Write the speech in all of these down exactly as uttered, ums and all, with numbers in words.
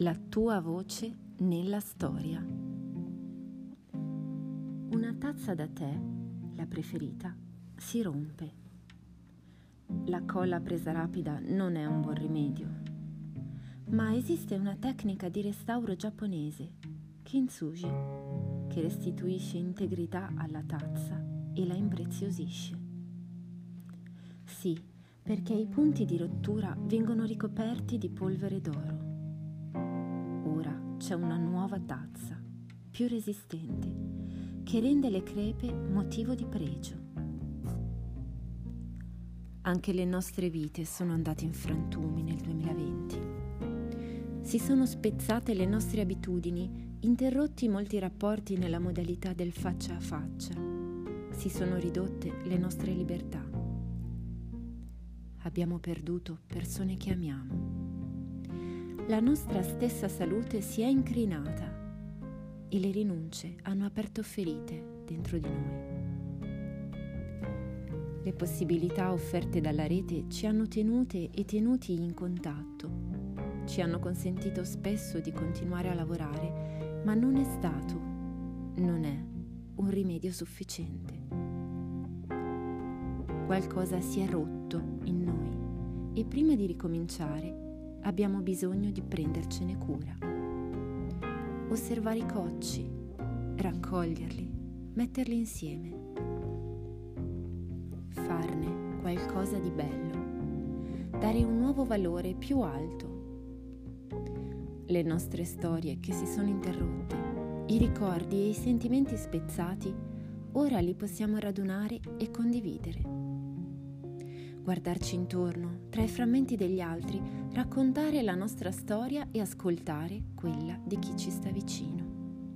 La tua voce nella storia. Una tazza da tè, la preferita, si rompe. La colla presa rapida non è un buon rimedio, ma esiste una tecnica di restauro giapponese, kintsugi, che restituisce integrità alla tazza e la impreziosisce. Sì, perché i punti di rottura vengono ricoperti di polvere d'oro. Ora c'è una nuova tazza, più resistente, che rende le crepe motivo di pregio. Anche le nostre vite sono andate in frantumi nel duemilaventi. Si sono spezzate le nostre abitudini, interrotti molti rapporti nella modalità del faccia a faccia. Si sono ridotte le nostre libertà. Abbiamo perduto persone che amiamo. La nostra stessa salute si è incrinata e le rinunce hanno aperto ferite dentro di noi. Le possibilità offerte dalla rete ci hanno tenute e tenuti in contatto, ci hanno consentito spesso di continuare a lavorare, ma non è stato, non è un rimedio sufficiente. Qualcosa si è rotto in noi e prima di ricominciare abbiamo bisogno di prendercene cura. Osservare i cocci, raccoglierli, metterli insieme. Farne qualcosa di bello, dare un nuovo valore più alto. Le nostre storie che si sono interrotte, i ricordi e i sentimenti spezzati, ora li possiamo radunare e condividere. Guardarci intorno, tra i frammenti degli altri, raccontare la nostra storia e ascoltare quella di chi ci sta vicino.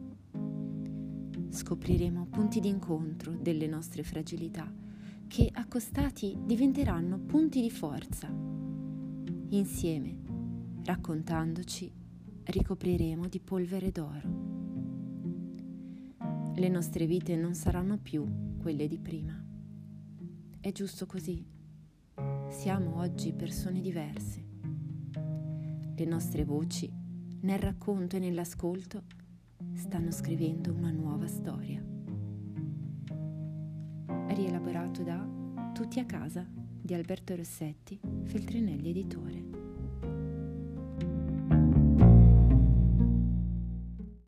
Scopriremo punti d'incontro delle nostre fragilità che, accostati, diventeranno punti di forza. Insieme, raccontandoci, ricopriremo di polvere d'oro. Le nostre vite non saranno più quelle di prima. È giusto così. Siamo oggi persone diverse. Le nostre voci, nel racconto e nell'ascolto, stanno scrivendo una nuova storia. Rielaborato da Tutti a casa di Alberto Rossetti, Feltrinelli Editore.